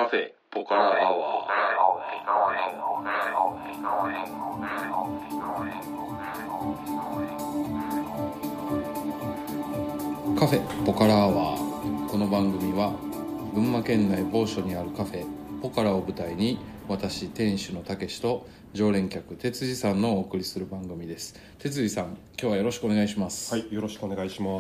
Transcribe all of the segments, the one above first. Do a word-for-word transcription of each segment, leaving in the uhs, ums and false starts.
カフェポカラアワー。カフェポカラアワー。この番組は群馬県内某所にあるカフェポカラを舞台に、私店主のたけしと常連客哲司さんのお送りする番組です。哲司さん、今日はよろしくお願いします。 はい、よろしくお願いします。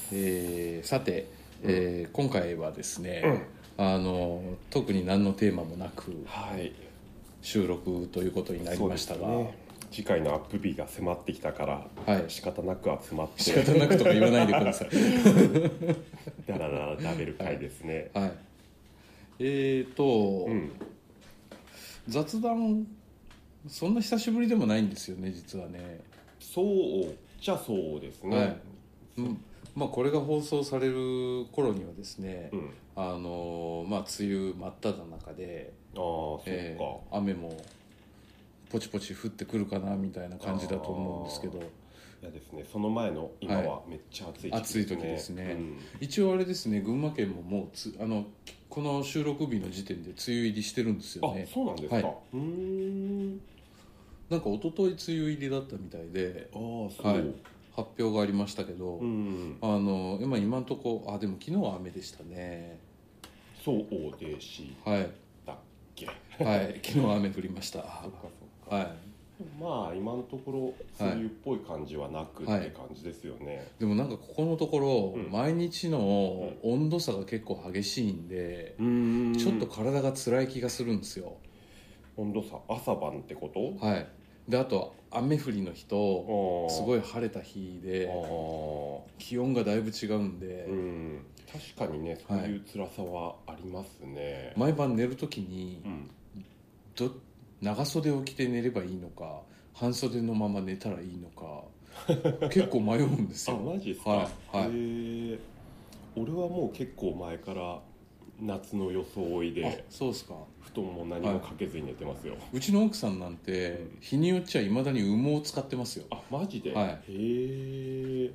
えー、さて、えー、今回はですね、うん、あの特に何のテーマもなく、はい、収録ということになりましたが、ね、 次回のアップ日が迫ってきたから、はい、仕方なく集まって仕方なくとか言わないでくださいだらだら食べる回ですね。 はい、はい、えーと、うん、雑談そんな久しぶりでもないんですよね、実はね。 そうじゃそうですね、はい、 うん、まあ、これが放送される頃にはですね、うん、あのまあ、梅雨真っ只中で、 あそうか、えー、 雨もポチポチ降ってくるかなみたいな感じだと思うんですけど、 いやですね、その前の今はめっちゃ暑い時ですね、 暑い時ですね、うん、一応あれですね、群馬県ももうつあのこの収録日の時点で梅雨入りしてるんですよね。 あ、そうなんですか、はい、うーん、 なんか一昨日梅雨入りだったみたいで、 あそう、 はい、発表がありましたけど、うん、あの今今のところ、あでも昨日は雨でしたね。 そうでしたっけ、 はい、はい、昨日は雨降りました。そっかそっか、はい、 まあ今のところ梅雨っぽい感じはなくって感じですよね、はいはい、 でもなんかここのところ、うん、毎日の温度差が結構激しいんで、うん、ちょっと体が辛い気がするんですよ。 温度差、朝晩ってこと？ はい。であと雨降りの日とすごい晴れた日で気温がだいぶ違うんで、うん、 確かにね、そういう辛さはありますね、 はい、毎晩寝るときに、うん、ど長袖を着て寝ればいいのか半袖のまま寝たらいいのか結構迷うんですよ。 あ、マジですか、はいはい、へー、俺はもう結構前から夏の装いで、 そうですか、 布団も何もかけずに寝てますよ、はい、 うちの奥さんなんて、うん、日によっちゃいまだに羽毛を使ってますよ。 あ、マジで、 はい、 へえ。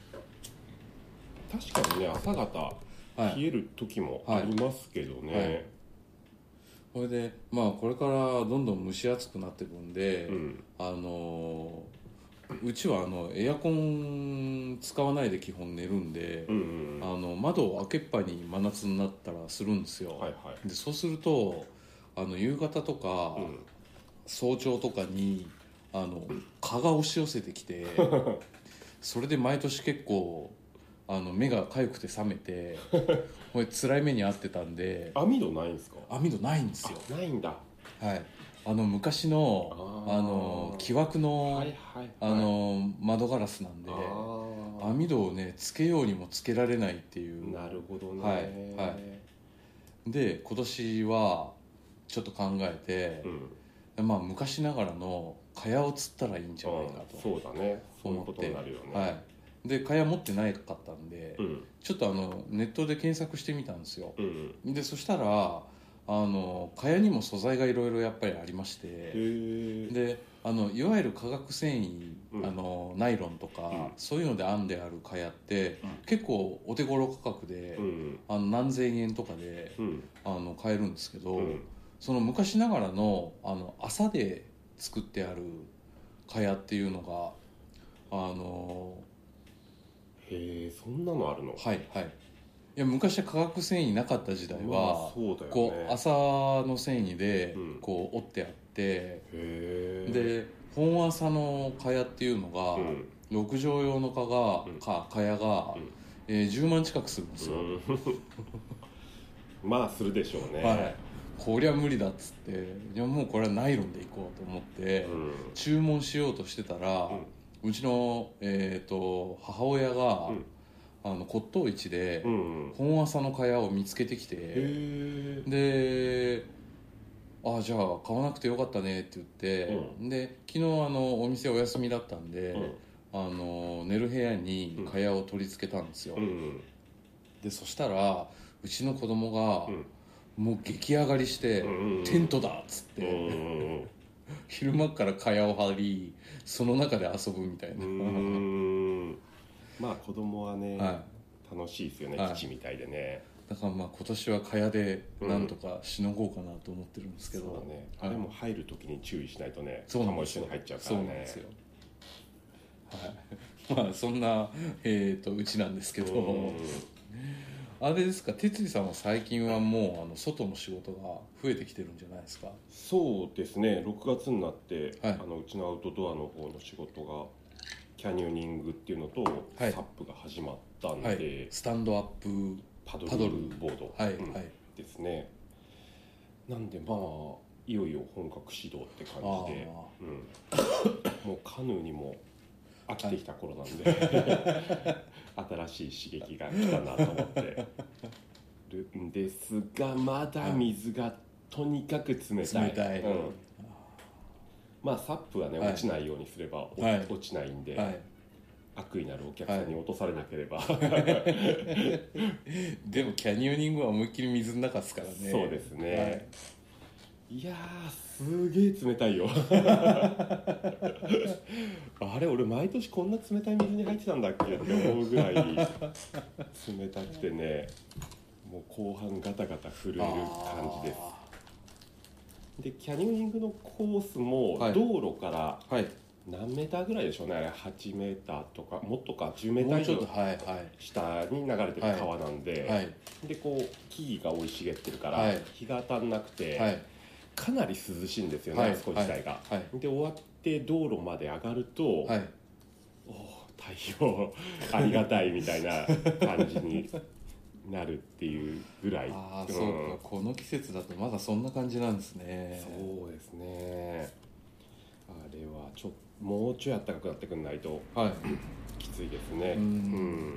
確かにね、朝方冷える時もありますけどね、はいはいはい、 これでまあこれからどんどん蒸し暑くなってくんで、うん、あのうちはあのエアコン使わないで基本寝るんで、うんうんうん、あの窓を開けっぱに真夏になったらするんですよ、はいはい、でそうするとあの夕方とか、うん、早朝とかにあの蚊が押し寄せてきてそれで毎年結構あの目が痒くて覚めてこれ辛い目に遭ってたんで。 網戸ないんですか？ 網戸ないんですよ。 ないんだ、 はい、あの昔のあの木枠の、はいはいはい、あの窓ガラスなんで、網戸をねつけようにもつけられないっていう。 なるほどね、 はいはい、で今年はちょっと考えて、うん、まあ昔ながらの蚊帳をつったらいいんじゃないかと。 そうだね、そういうことになるよね、 はい、で蚊帳持ってないかったんで、うん、ちょっとあのネットで検索してみたんですよ、うんうん、でそしたらあの蚊帳にも素材がいろいろやっぱりありまして、であのいわゆる化学繊維、うん、あのナイロンとか、うん、そういうので編んである蚊帳って、うん、結構お手頃価格で、うん、あの何千円とかで、うん、あの買えるんですけど、うん、その昔ながらの、あの麻で作ってある蚊帳っていうのがあのへえ、そんなのあるの？ はいはい、いや昔は化学繊維なかった時代は、 そうだよね、 こう麻の繊維でこう折ってあって、うん、へで本麻の蚊帳っていうのが、うん、ろく畳用の蚊が、うん、か蚊帳が、うん、えー、じゅうまん近くするんですよ、 うん、まあするでしょうね、 はい、こりゃ無理だっつって、いやもうこれはナイロンでいこうと思って、うん、注文しようとしてたら、うん、うちの、えーと、母親が、うん、あの骨董市で本麻の蚊帳を見つけてきて、うん、でああじゃあ買わなくてよかったねって言って、うん、で昨日あのお店お休みだったんで、うん、あの寝る部屋に蚊帳を取り付けたんですよ、うん、でそしたらうちの子供が、うん、もう激上がりして、うん、テントだっつって、うん、昼間から蚊帳を張りその中で遊ぶみたいな。 うんまあ子供はね、はい、楽しいですよね、 はい、 基地みたいでね。 だからまあ今年は蚊帳でなんとかしのごうかなと思ってるんですけど、 そうだね、 はい、 あれも入るときに注意しないとね、 そう蚊も一緒に入っちゃうからね。 そうなんですよ。はい、まあそんな、えー、とうちなんですけど、あれですか、哲司さんは最近はもうあの外の仕事が増えてきてるんじゃないですか？ そうですね、ろくがつになって、 はい、 あのうちのアウトドアの方の仕事がキャニオニングっていうのと、 はい、 サップが始まったんで、 はい、スタンドアップパドルボード、 はい、 うん、 はい、 ですね。なんでまあいよいよ本格始動って感じで、うん、もうカヌーにも飽きてきた頃なんで、はい、新しい刺激が来たなと思ってるんですが、まだ水がとにかく冷たい、 冷たい、うん、 まあサップはね、はい、落ちないようにすれば、はい、落ちないんで、はい、悪意なるお客さんに落とされなければ、はい、 でもキャニオニングは思いっきり水の中ですからね。 そうですね、はい、いやーすげえ冷たいよあれ俺毎年こんな冷たい水に入ってたんだっけって思うぐらい冷たくてね、もう後半ガタガタ震える感じです。でキャニオニングのコースも道路から何メーターぐらいでしょうね、はちメーターとかもっとかじゅうメーター以上下に流れてる川なんで、はいはい、でこう木々が生い茂ってるから、はい、日が当たんなくて、はい、かなり涼しいんですよね、はい、あそこ自体が、はいはい、で終わって道路まで上がると、はい、お太陽ありがたいみたいな感じになるっていうぐらい。 ああ、うん、そうか、この季節だとまだそんな感じなんですね。 そうですね、あれはちょっともうちょい暖かくなってくんないと、はい、きついですね。うん、うん、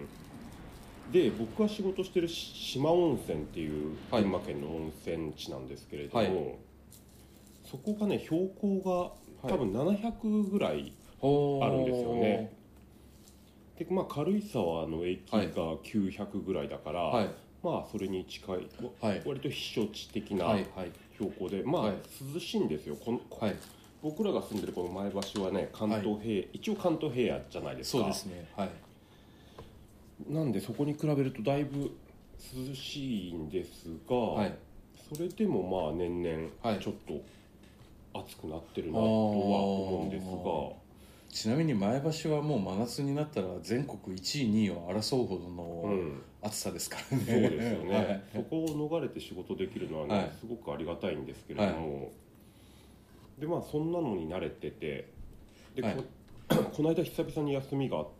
で僕が仕事してる四万温泉っていう群馬県の温泉地なんですけれども、はい、そこがね標高が多分ななひゃくぐらいあるんですよね、はい、でまあ、軽井沢の駅がきゅうひゃくぐらいだから、はい、まあそれに近い、はい、割と避暑地的な標高で、まあ涼しいんですよ。この、はい、僕らが住んでるこの前橋はね関東平、はい、一応関東平野じゃないですか。 そうですね、はい、 なんでそこに比べるとだいぶ涼しいんですが、はい、それでもまあ年々ちょっと暑くなってるなとは思うんですが、 ちなみに前橋はもう真夏になったら全国いちいにいを争うほどの暑さですからね、うん、 そうですよね、はい、そこを逃れて仕事できるのはね、はい、すごくありがたいんですけれども、はい、でまあそんなのに慣れててで、はい、こ, この間久々に休みがあって、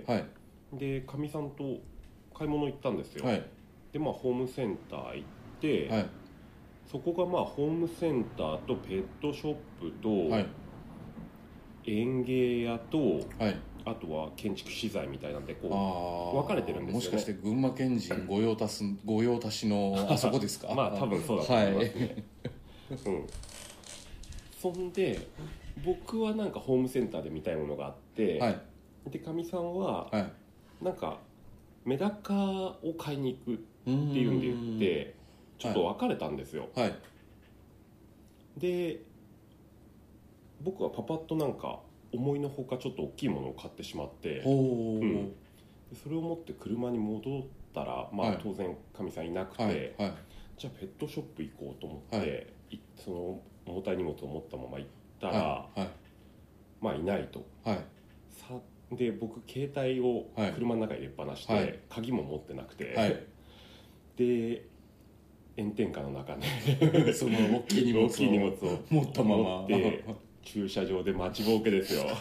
はい、でかみさんと買い物行ったんですよ、はい、でまあホームセンター行って、はい、そこがまあホームセンターとペットショップと、はい、園芸屋と、はい、あとは建築資材みたいなんでこう分かれてるんですよね。 もしかして群馬県人御用達御用達のあそこですか？ まあ多分そうだと思いますね、はい、うん、そんで僕はなんかホームセンターで見たいものがあって、はい、でかみさんは、はい、なんかメダカを買いに行くっていうんで言ってちょっと別れたんですよ、はい、で僕はパパッとなんか思いのほかちょっと大きいものを買ってしまって、うん、でそれを持って車に戻ったら、まあ、はい、当然かみさんいなくて、はいはい、じゃあペットショップ行こうと思って、はい、その重たい荷物を持ったまま行ったら、はいはい、まあいないと、はい、さで僕携帯を車の中に入れっぱなして、はい、鍵も持ってなくて、はい、で炎天下の中ねその大きい荷物を大きい荷物を持ったまま持って駐車場で待ちぼうけですよ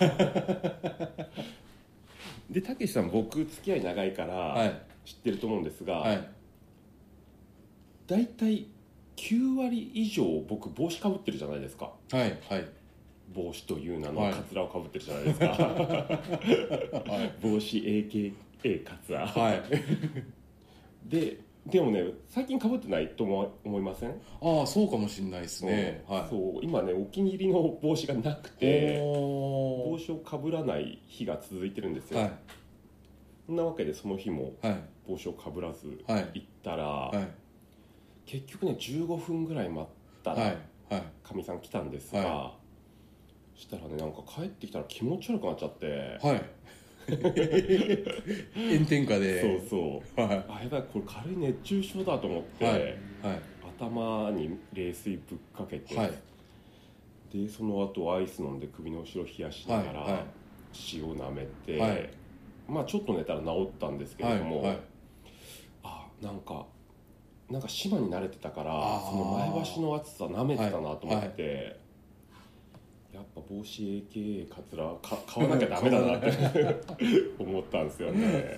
でたけしさん僕付き合い長いから知ってると思うんですが、はい、だいたいきゅうわり以上僕帽子かぶってるじゃないですか。はいはい、帽子という名のカツラをかぶってるじゃないですか、はい、帽子 エーケーエー カツラ、はい、ででもね最近かぶってないと思いません？ ああそうかもしれないですね、 うん、はい、そう今ねお気に入りの帽子がなくて帽子をかぶらない日が続いてるんですよ、はい、そんなわけでその日も帽子をかぶらず行ったら、はいはい、結局ねじゅうごふんぐらい待ったらかみさん来たんですが、はい、そしたらねなんか帰ってきたら気持ち悪くなっちゃって、はい炎天下でそうそう、はい、あやばいこれ軽い熱中症だと思って、はいはい、頭に冷水ぶっかけて、はい、でその後アイス飲んで首の後ろ冷やしながら、はいはい、塩舐めて、はい、まあちょっと寝たら治ったんですけれども、はいはい、あなんかなんか島に慣れてたからその前橋の暑さ舐めてたなと思って、はいはい、やっぱ帽子 エーケーエー カツラか買わなきゃダメだなって思ったんですよね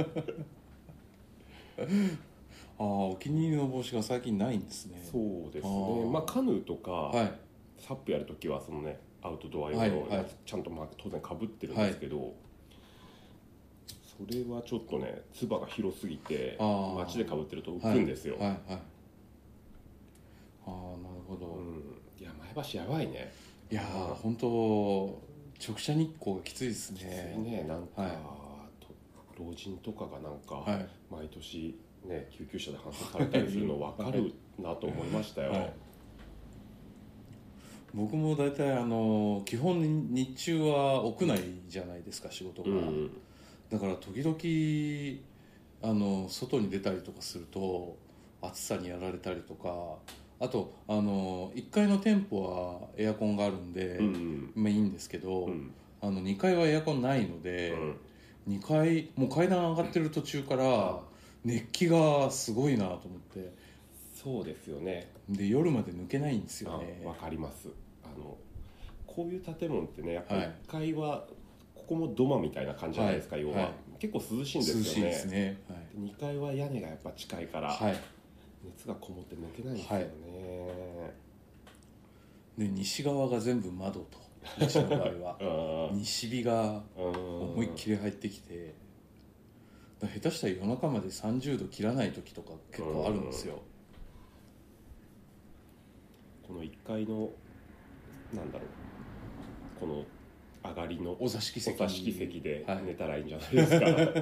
ああお気に入りの帽子が最近ないんですね。 そうですね、まあカヌーとか、はい、サップやるときはそのねアウトドア用のやつちゃんとまあ当然かぶってるんですけど、はい、それはちょっとねつばが広すぎて街でかぶってると浮くんですよ。はいはいはい、ああなるほど、うん、 いや前橋やばいね。 いやー本当直射日光がきついですね。 きついねなんか、はい、老人とかがなんか、はい、毎年ね救急車で搬送されたりするの分かるなと思いましたよ。はいはい、 僕も大体あの基本日中は屋内じゃないですか仕事が、うん、だから時々あの外に出たりとかすると暑さにやられたりとか、あとあのいっかいの店舗はエアコンがあるんで、うんうん、まあいいんですけど、うん、あのにかいはエアコンないので、うん、にかいもう階段上がってる途中から熱気がすごいなと思って。 そうですよね。 で夜まで抜けないんですよね。 わかります。あのこういう建物ってねやっぱりいっかいは、はい、ここも土間みたいな感じじゃないですか、はい、要は、はい、結構涼しいんですよね。涼しいですね、はい、にかいは屋根がやっぱ近いから、はい、熱がこもって抜けないんですよね、はい、 で西側が全部窓とうちの場合は西日が思いっきり入ってきて下手したら夜中までさんじゅうど切らない時とか結構あるんですよ。 このいっかいのなんだろうこの上がりのお座敷席お座敷席で寝たらいいんじゃないですか、はいうん、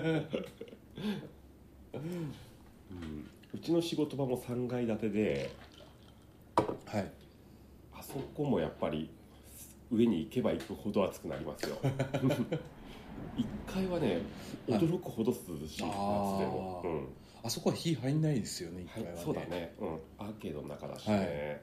うちの仕事場もさんがい建てで、はい、あそこもやっぱり上に行けば行くほど暑くなりますよいっかいはね驚くほど涼しい、はい、夏でも、うん、 あそこは火入んないですよねいっかいはね、 はい、そうだね、うん、アーケードの中だしね、はい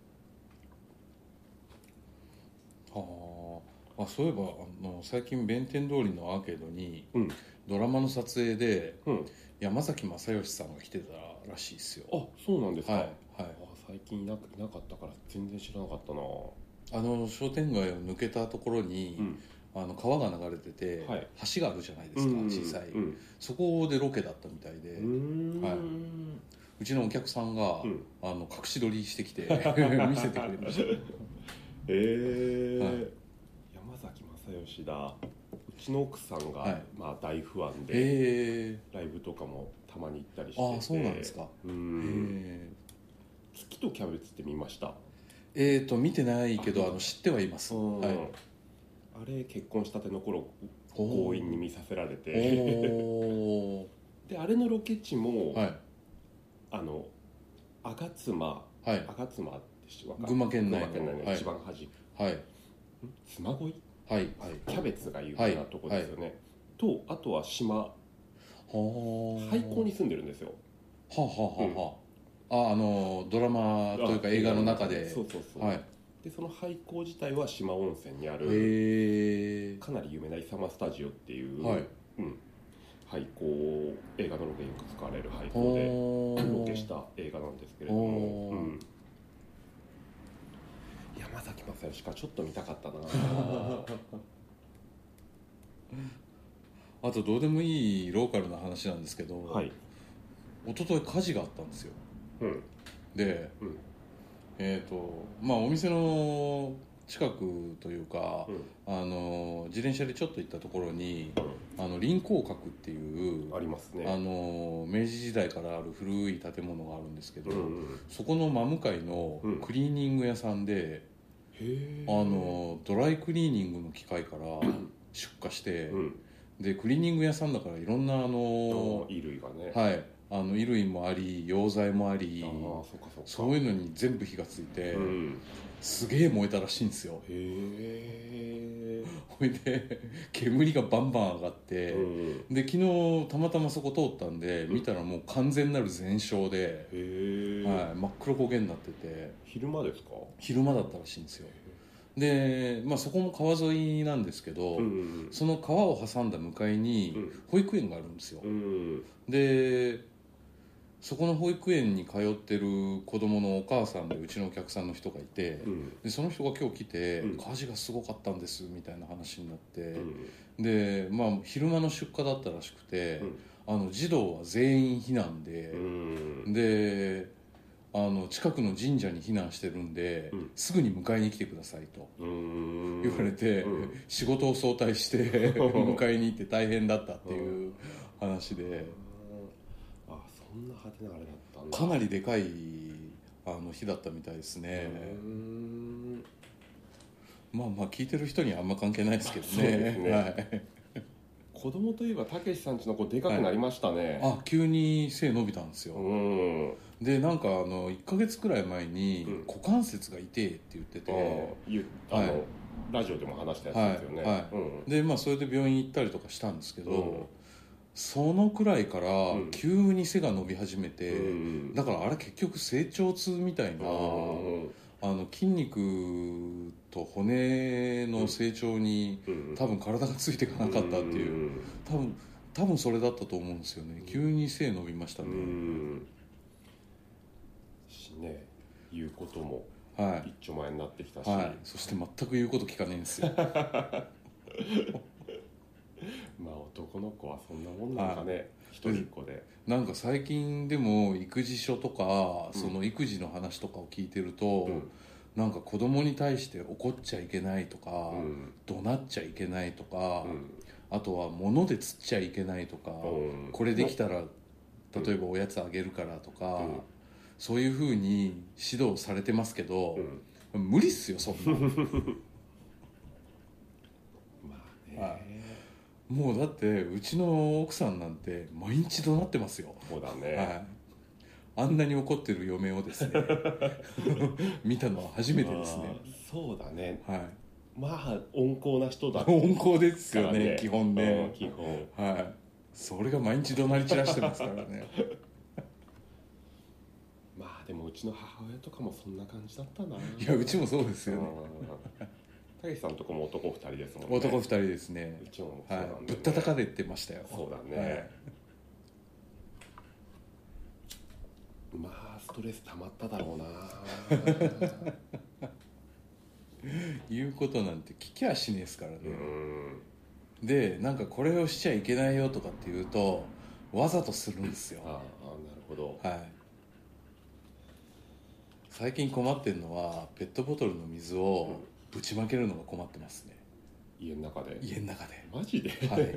はあ、あそういえばあの最近弁天通りのアーケードに、うん、ドラマの撮影で、うん、山崎正義さんが来てたらしいですよ。 あそうなんですか、はいはい、あ最近い な, いなかったから全然知らなかったな。 あの商店街を抜けたところに、うん、あの川が流れてて、はい、橋があるじゃないですか、うん、小さい、うん、そこでロケだったみたいで、うーん、はい、うちのお客さんが、うん、あの隠し撮りしてきて見せてくれましたえーはい、山崎正義だ。うちの奥さんが、はいまあ、大ファンで、えー、ライブとかもたまに行ったりしてて。 あそうなんですか。 うん月とキャベツって見ました？ えーと見てないけどあの知ってはいます、はい、 あれ結婚したての頃強引に見させられてであれのロケ地も、はい、あの吾妻、はい、吾妻群馬県内の一番端、はい、嬬恋、はい、キャベツが有名なとこですよね、はいはい、とあとは島廃校に住んでるんですよ。 はあはあはあ、うんああのドラマというか映画の中でそうそうそう、はい、でその廃校自体は四万温泉にあるかなり有名なイサマスタジオっていう、はいうん、廃校映画のロケによく使われる廃校でロケした映画なんですけれども、うん、山崎正義かちょっと見たかったなあとどうでもいいローカルな話なんですけど、はい、一昨日火事があったんですよ。うん、で、うん、えっ、ー、とまあお店の近くというか、うん、あの自転車でちょっと行ったところに、うん、あの臨港閣っていうありますね。 あの明治時代からある古い建物があるんですけど、うんうん、そこの真向かいのクリーニング屋さんで、うん、あのドライクリーニングの機械から出荷して、うん、でクリーニング屋さんだからいろんなあの衣類がね、 はいあの衣類もあり溶剤もありあそうかそうかそういうのに全部火がついて、うん、すげえ燃えたらしいんですよ。へえほいで煙がバンバン上がって、うん、で昨日たまたまそこ通ったんで、うん、見たらもう完全なる全焼で、はい、真っ黒焦げになってて。 昼間ですか？ 昼間だったらしいんですよ。で、まあ、そこも川沿いなんですけど、うんうん、その川を挟んだ向かいに保育園があるんですよ、うん、でそこの保育園に通ってる子供のお母さんでうちのお客さんの人がいて、うん、でその人が今日来て、うん、火事がすごかったんですみたいな話になって、うん、で、まあ、昼間の出荷だったらしくて、うん、あの児童は全員避難で、うん、であの近くの神社に避難してるんで、うん、すぐに迎えに来てくださいと言われて、うん、仕事を早退して迎えに行って大変だったっていう話で、 あ、そんな派手なあれだったんだ。 かなりでかいあの日だったみたいですね。うーん、まあまあ聞いてる人にはあんま関係ないですけどね。そうですね、はい、 子供といえばたけしさんちの子でかくなりましたね、 はい、あ、急に背伸びたんですよ。うん、でなんかあのいっかげつくらい前に股関節が痛いって言ってて、 うん、あの、はい、ラジオでも話したやつですよね、はいはい、 うん、でまあそれで病院行ったりとかしたんですけど、うん、そのくらいから急に背が伸び始めて、うん、だからあれ結局成長痛みたいな、うん、あの筋肉と骨の成長に、うん、多分体がついていかなかったっていう、うん、多分多分それだったと思うんですよね。急に背伸びましたね、うん、 しね、言うことも一丁前になってきたし、 はいはい、そして全く言うこと聞かないんですよまあ男の子はそんなもんなんかね、はい、一人っ子で。 なんか最近でも育児書とか、うん、その育児の話とかを聞いてると、うん、なんか子供に対して怒っちゃいけないとか、うん、怒鳴っちゃいけないとか、うん、あとは物で釣っちゃいけないとか、うん、これできたら例えばおやつあげるからとか、うん、そういう風に指導されてますけど、うん、無理っすよそんなまあね、はい、もうだってうちの奥さんなんて毎日怒鳴ってますよ。 そうだね、 はい、あんなに怒ってる嫁をですね見たのは初めてですね。 そうだね、 はい、 まあ温厚な人だ温厚ですよね、基本ね、 基本、 はい、それが毎日怒鳴り散らしてますからねまあでもうちの母親とかもそんな感じだったな。 いやうちもそうですよね。 たけしさんとこも男ふたりですもんね。 男ふたりですね。 うちもそうなんで、ね、はい、 ぶったたかれてましたよ。 そうだね、はい、まあストレス溜まっただろうな言うことなんて聞きゃしねえですからね。うん、でなんかこれをしちゃいけないよとかって言うとわざとするんですよ。 ああ、なるほど、 はい、最近困ってるのはペットボトルの水をぶちまけるのが困ってますね、 うん、家の中で。 家の中でマジで？ はい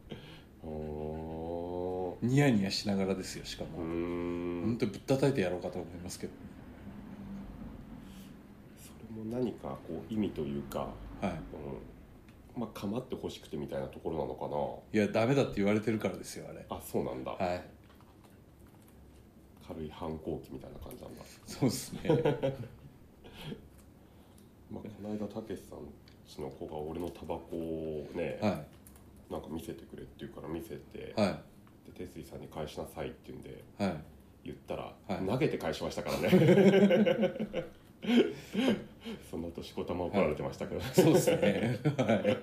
おニヤニヤしながらですよ。しかも本当にぶったたいてやろうかと思いますけど、 それも何かこう意味というか、はい、うん、まあ構ってほしくてみたいなところなのかな。 いやダメだって言われてるからですよあれ。 あ、そうなんだ。 はい、 軽い反抗期みたいな感じなんだ。 そうですねまあこの間たけしさんちの子が俺のタバコをね、はい、なんか見せてくれって言うから見せて、はい、で哲井さんに返しなさいって言うんで、はい、言ったら、はい、投げて返しましたからねその後しこたま怒られてましたけど、はい、 そうですねはい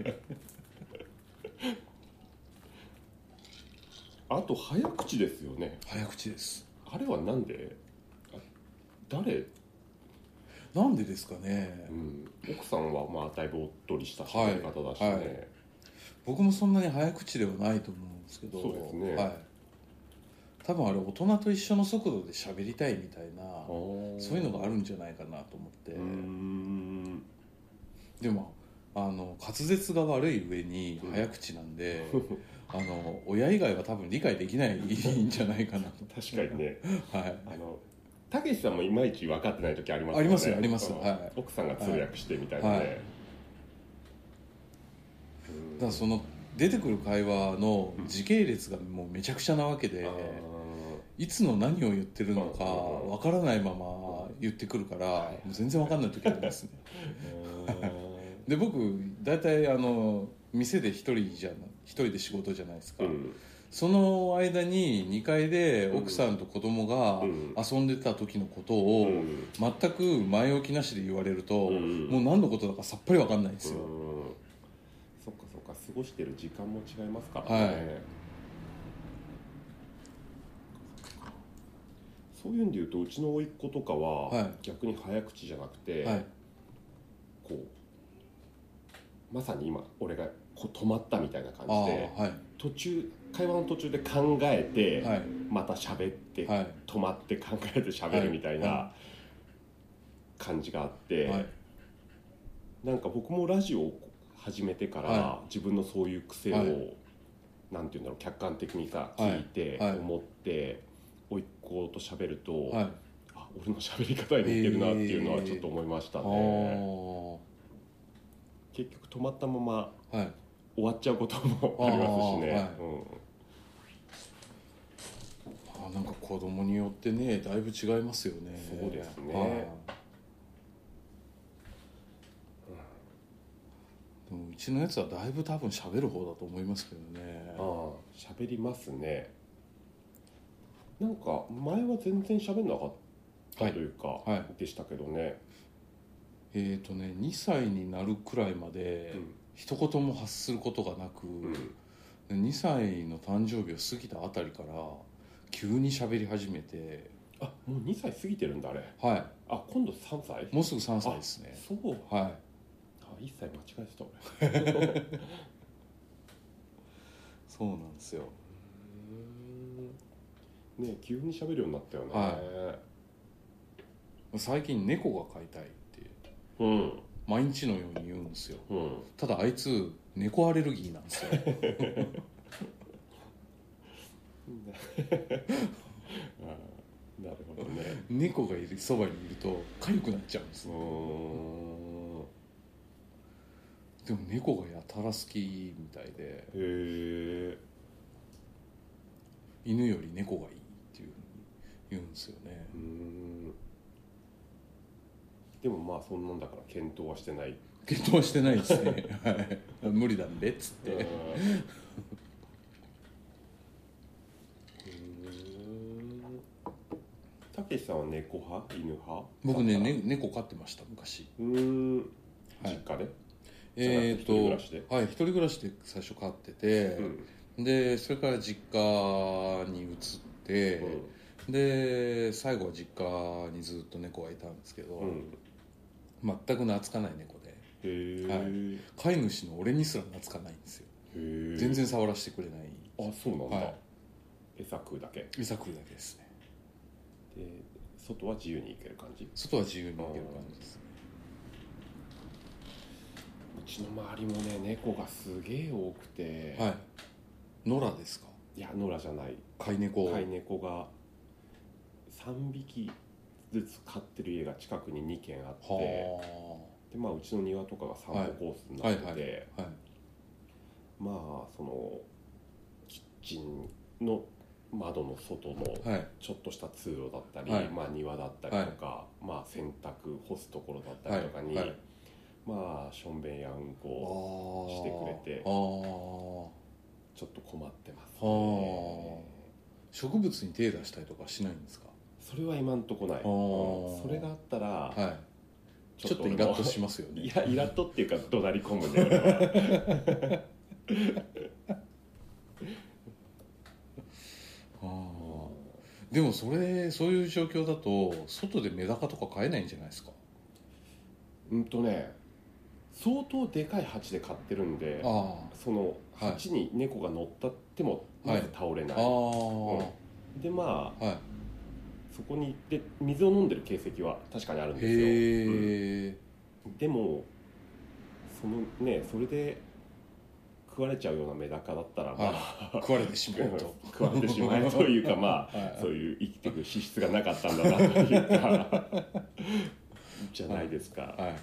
あと早口ですよね。 早口です。 あれはなんで？誰？ なんでですかね、 うん、奥さんはまあだいぶおっとりした喋り方だしね、はいはい、 僕もそんなに早口ではないと思うんですけど。 そうですね、 はい、多分あれ大人と一緒の速度で喋りたいみたいな、そういうのがあるんじゃないかなと思って。うーん、でもあの滑舌が悪い上に早口なんで、うん、あの親以外は多分理解できないんじゃないかなと確かにね、 はい、 あのたけしさんもいまいち分かってない時ありますよね。 ありますよあります、はい、 奥さんが通訳してみたいなね、はいはい、 だからその出てくる会話の時系列がもうめちゃくちゃなわけで、うん、いつの何を言ってるのか分からないまま言ってくるから、もう全然分かんない時ありますねで僕大体あの店で一人じゃ一人で仕事じゃないですか、うん、その間ににかいで奥さんと子供が遊んでた時のことを全く前置きなしで言われると、うん、もう何のことだかさっぱり分かんないんですよ、うん、 そっかそっか、過ごしてる時間も違いますからね、はい、そういうんで言うとうちの甥っ子とかは逆に早口じゃなくて、はい、こうまさに今俺がこう止まったみたいな感じで、はい、途中会話の途中で考えて、はい、また喋って、はい、止まって考えて喋るみたいな感じがあって、はい、なんか僕もラジオを始めてから、はい、自分のそういう癖を、はい、なんていうんだろう、客観的にさ聞いて、はい、思って甥っ子と喋ると、はい、あ、俺の喋り方に似てるなっていうのはちょっと思いましたね、えー結局止まったまま、はい、終わっちゃうこともありますしね、はい、 うん、あ、なんか子供によってねだいぶ違いますよね。 そうですね、はい、 でもうちのやつはだいぶ多分喋る方だと思いますけどね。 ああ、喋りますね。なんか前は全然喋んなかったというか、はいはい、でしたけどね。 えーとね、にさいになるくらいまで一言も発することがなく、うん、にさいの誕生日を過ぎたあたりから急に喋り始めて。 あ、もうにさい過ぎてるんだあれ。 はい。 あ、今度さんさい？ もうすぐさんさいですね。 そう。 はい。 あ、いっさい間違えてた俺。 そうなんですよ。 うーん、ね、急に喋るようになったよね。 はい、最近猫が飼いたい。 うん、 毎日のように言うんですよ、 うん、 ただあいつ猫アレルギーなんですよ。 なるほどね。 猫がいるそばにいると痒くなっちゃうんです。うーん、でも猫がやたら好きみたいで、 へー、 犬より猫がいいっていうふうに言うんですよね。 うーん、でもまあそんなんだから検討はしてない。 検討はしてないですね。はい、無理なんでっつって。 たけしさんは猫派犬派？ 僕ね、ね猫飼ってました昔。 うーん、実家で？ えー、っと一人暮らしで、はい、一人暮らしで最初飼ってて、うん、でそれから実家に移って、うん、で最後は実家にずっと猫がいたんですけど、うん、全く懐かない猫で、 へ、 はい、飼い主の俺にすら懐かないんですよ。へ、全然触らせてくれない。 あ、そうなんだ、はい、餌食うだけ？ 餌食うだけですね。 で外は自由に行ける感じ？ 外は自由に行ける感じですね。 うちの周りもね猫がすげえ多くて、 はい、野良ですか？ いや野良じゃない、 飼い猫。 飼い猫がさんびきずつ飼ってる家が近くににけんあって、で、まあ、うちの庭とかが散歩コースになってて、まあそのキッチンの窓の外のちょっとした通路だったり、はい、まあ、庭だったりとか、はい、まあ、洗濯干すところだったりとかに、はいはい、まあしょんべんやうんこしてくれて、ちょっと困ってますね。 植物に手出したりとかしないんですか？ それは今んとこない。それがあったら、はい、 ちょっとイラッとしますよね。 いや、イラッとっていうか怒鳴り込むんだよ。 あ、でもそれそういう状況だと外でメダカとか飼えないんじゃないですか？ うんとね、相当でかい鉢で飼ってるんで、あ、その鉢に猫が乗ったってもまず倒れない、はい、うん、でまあ、はい、そこに行って水を飲んでる形跡は確かにあるんですよ。へ、うん、でもそのね、それで食われちゃうようなメダカだったら、まあ、 はい、食われてしまうと食われてしまえというか、まあ、はい、そういう生きていく資質がなかったんだなというかじゃないですか、はいはい、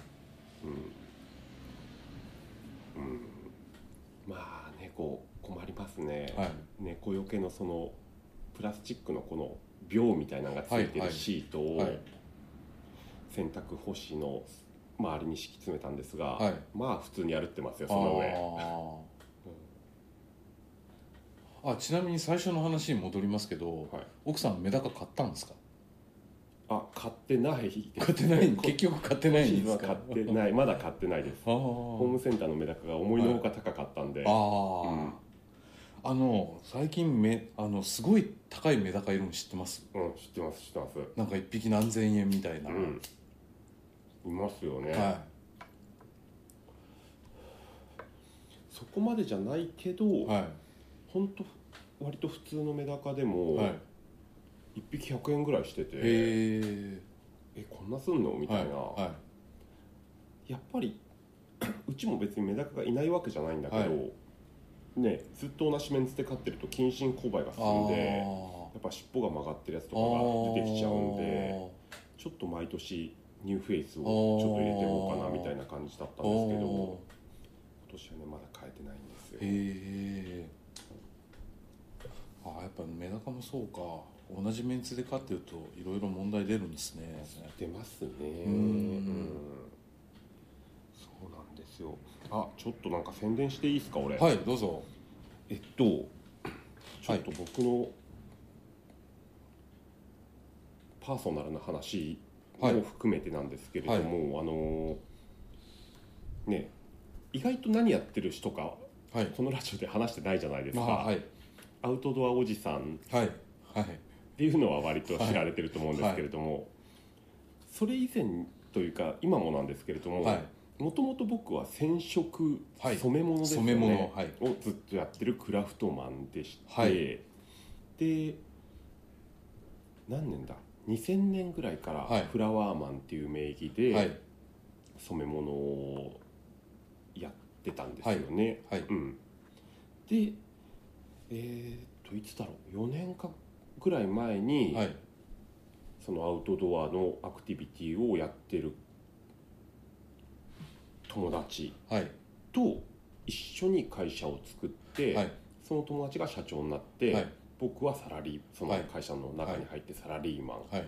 うんうん、まあ猫困りますね、はい、猫よけのそのプラスチックのこのビョウみたいなのがついてるシートを洗濯干しの周りに敷き詰めたんですが、はい、まあ普通に歩ってますよその上。 あ、ちなみに最初の話に戻りますけど、はい、奥さんメダカ買ったんですか？ あ、買ってない買ってない結局買ってないんですか？ 買ってないまだ買ってないです。ホームセンターのメダカが思いのほか高かったんで、はい、あ、 うん、あの最近めあのすごい高いメダカいるの知ってます？ うん、知ってます知ってます。 なんか一匹何千円みたいな、うん、 いますよね、 はい、 そこまでじゃないけど、はい、本当割と普通のメダカでも、はい、いっぴきひゃくえんぐらいしてて、えこんなすんのみたいな、はいはい、やっぱりうちも別にメダカがいないわけじゃないんだけど、はいね、ずっと同じメンツで飼ってると近親交配が進んでやっぱ尻尾が曲がってるやつとかが出てきちゃうんで、ちょっと毎年ニューフェイスをちょっと入れていこうかなみたいな感じだったんですけど、今年はねまだ飼えてないんですよ。へえ。 あ、やっぱメダカもそうか、同じメンツで飼ってるといろいろ問題出るんですね。 出ますね。うん、そうなんですよ。あ、ちょっとなんか宣伝していいですか俺。 はい、どうぞ。 えっとちょっと僕のパーソナルな話も含めてなんですけれども、はい、あのね、意外と何やってる人か、はい、このラジオで話してないじゃないですか、はい、アウトドアおじさん、はいはい、っていうのは割と知られてると思うんですけれども、はい、それ以前というか今もなんですけれども、はい、もともと僕は染色、はい、染め物ですよね、染め物、はい、をずっとやってるクラフトマンでして、はい、で何年だにせんねんぐらいからフラワーマンっていう名義で染め物をやってたんですよね、はいはい、うん、でえー、っといつだろうよねんかぐらい前に、はい、そのアウトドアのアクティビティをやってる友達と一緒に会社を作って、はい、その友達が社長になって、はい、僕はサラリーその会社の中に入ってサラリーマン、はいはい、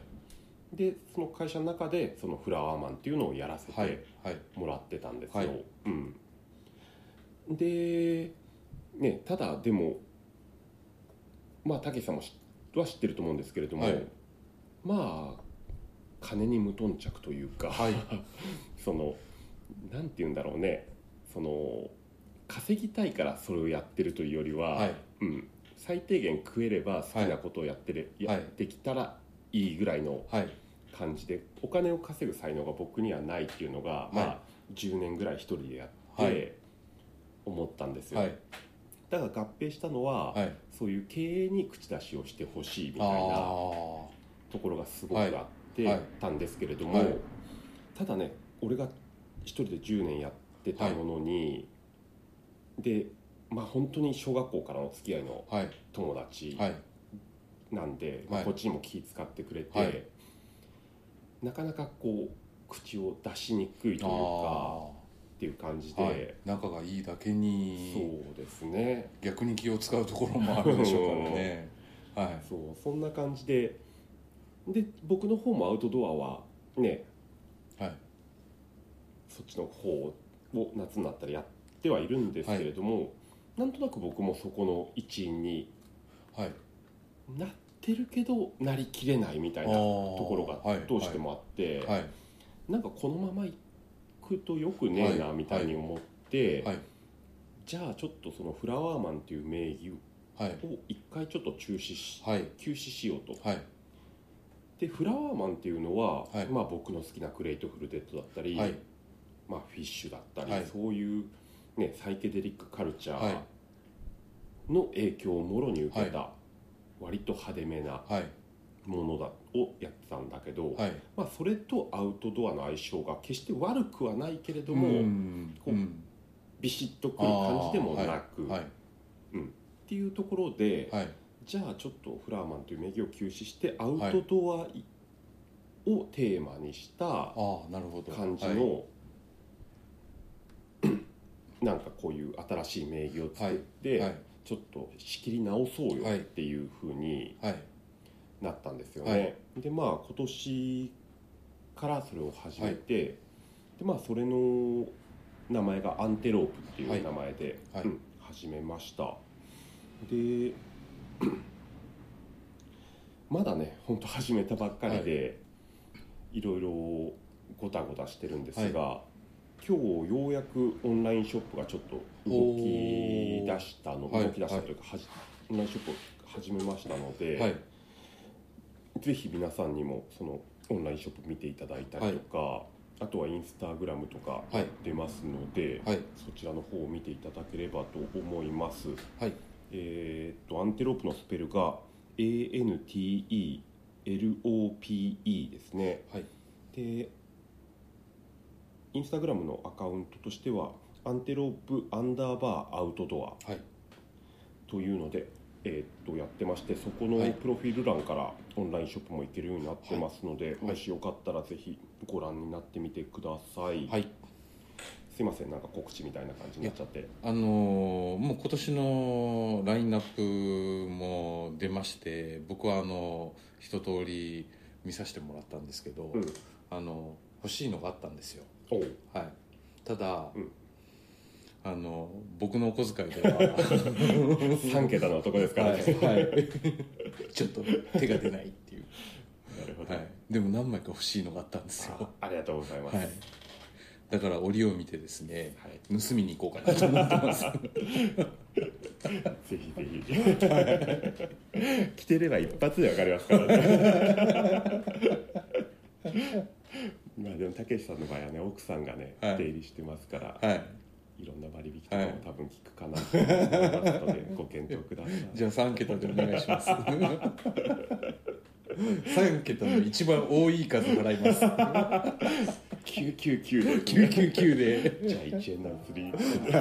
でその会社の中でそのフラワーマンっていうのをやらせてもらってたんですよ、はいはい、うん、で、ね、ただでもまあたけしさんもは知ってると思うんですけれども、はい、まあ金に無頓着というか、はい、そのなんて言うんだろうね、その稼ぎたいからそれをやってるというよりは、はい、うん、最低限食えれば好きなことをやってれ、はい、やってきたらいいぐらいの感じで、はい、お金を稼ぐ才能が僕にはないっていうのが、はい、まあじゅうねんぐらい一人でやって思ったんですよ、はい、だから合併したのは、はい、そういう経営に口出しをしてほしいみたいなところがすごくあってたんですけれども、はいはい、ただね俺が一人でじゅうねんやってたものに、はい、でまあ本当に小学校からの付き合いの友達なんで、はい、まあ、こっちにも気使ってくれて、はい、なかなかこう口を出しにくいというかっていう感じで、はい、 仲がいいだけにそうですね、 逆に気を使うところもあるでしょうからねはい、 そうそんな感じでで僕の方もアウトドアはね、はい、そっちの方を夏になったらやってはいるんですけれども、はい、なんとなく僕もそこの一員になってるけどなりきれないみたいなところがどうしてもあって、はいはい、なんかこのままいくとよくねえなみたいに思って、はいはい、じゃあちょっとそのフラワーマンっていう名義を一回ちょっと中止し、はい、休止しようと、はい、でフラワーマンっていうのは、はい、まあ、僕の好きなクレイトフルデッドだったり、はい、まあ、フィッシュだったり、はい、そういう、ね、サイケデリックカルチャーの影響をもろに受けた、はい、割と派手めなものだをやってたんだけど、はい、まあ、それとアウトドアの相性が決して悪くはないけれども、うん、こう、うん、ビシッとくる感じでもなく、はいはい、うん、っていうところで、はい、じゃあちょっとフラーマンという名義を休止してアウトドアをテーマにした感じの、なんかこういう新しい名義を作って、はいはい、ちょっと仕切り直そうよっていう風になったんですよね、はい、でまあ今年からそれを始めて、はい、 でまあそれの名前がアンテロープっていう名前で、はいはいうん、始めました。でまだね本当始めたばっかりで、はい、いろいろごたごたしてるんですが、はい、今日ようやくオンラインショップがちょっと動き出したの、動き出したというか、はい、オンラインショップを始めましたので、はい、ぜひ皆さんにもそのオンラインショップ見ていただいたりとか、はい、あとはインスタグラムとか出ますので、はい、そちらの方を見ていただければと思います。はい、えー、っとアンテロープのスペルが エーエヌティーイーエルオーピーイー ですね。はい、でインスタグラムのアカウントとしてはアンテロープアンダーバーアウトドアというので、えー、っとやってまして、そこのプロフィール欄からオンラインショップも行けるようになってますので、はい、もしよかったらぜひご覧になってみてください。はい、すいません、なんか告知みたいな感じになっちゃって。 あのー、もう今年のラインナップも出まして、僕はあの一通り見させてもらったんですけど、うん、あの欲しいのがあったんですよ。はい、ただ、うん、あの僕のお小遣いではさん桁の男ですからね、はいはい、 ちょっと手が出ないっていう。なるほど、はい、でも何枚か欲しいのがあったんですよ。 あ, ありがとうございます、はい、 だから折を見てですね、はい、盗みに行こうかなと思ってますぜひぜひ、はい、着てれば一発で分かりますからねまあでもたけしさんの場合はね、奥さんがね、はい、出入りしてますから、はい、いろんな割引とかも多分効くかなと思いますので、はい、ご検討ください。 じゃあさん桁でお願いしますさん桁の一番多い数払いますきゅうひゃくきゅうじゅうきゅうで、ね、 きゅうひゃくきゅうじゅうきゅうでじゃあいちえんの釣り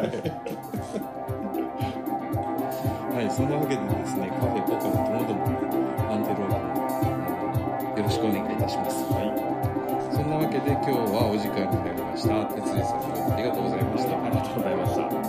はい、そんなわけでですね、カフェポカのともどもアンテロープよろしくお願いいたします。はい、そんなわけで今日はお時間になりました。哲司さん、ありがとうございました。 ありがとうございました。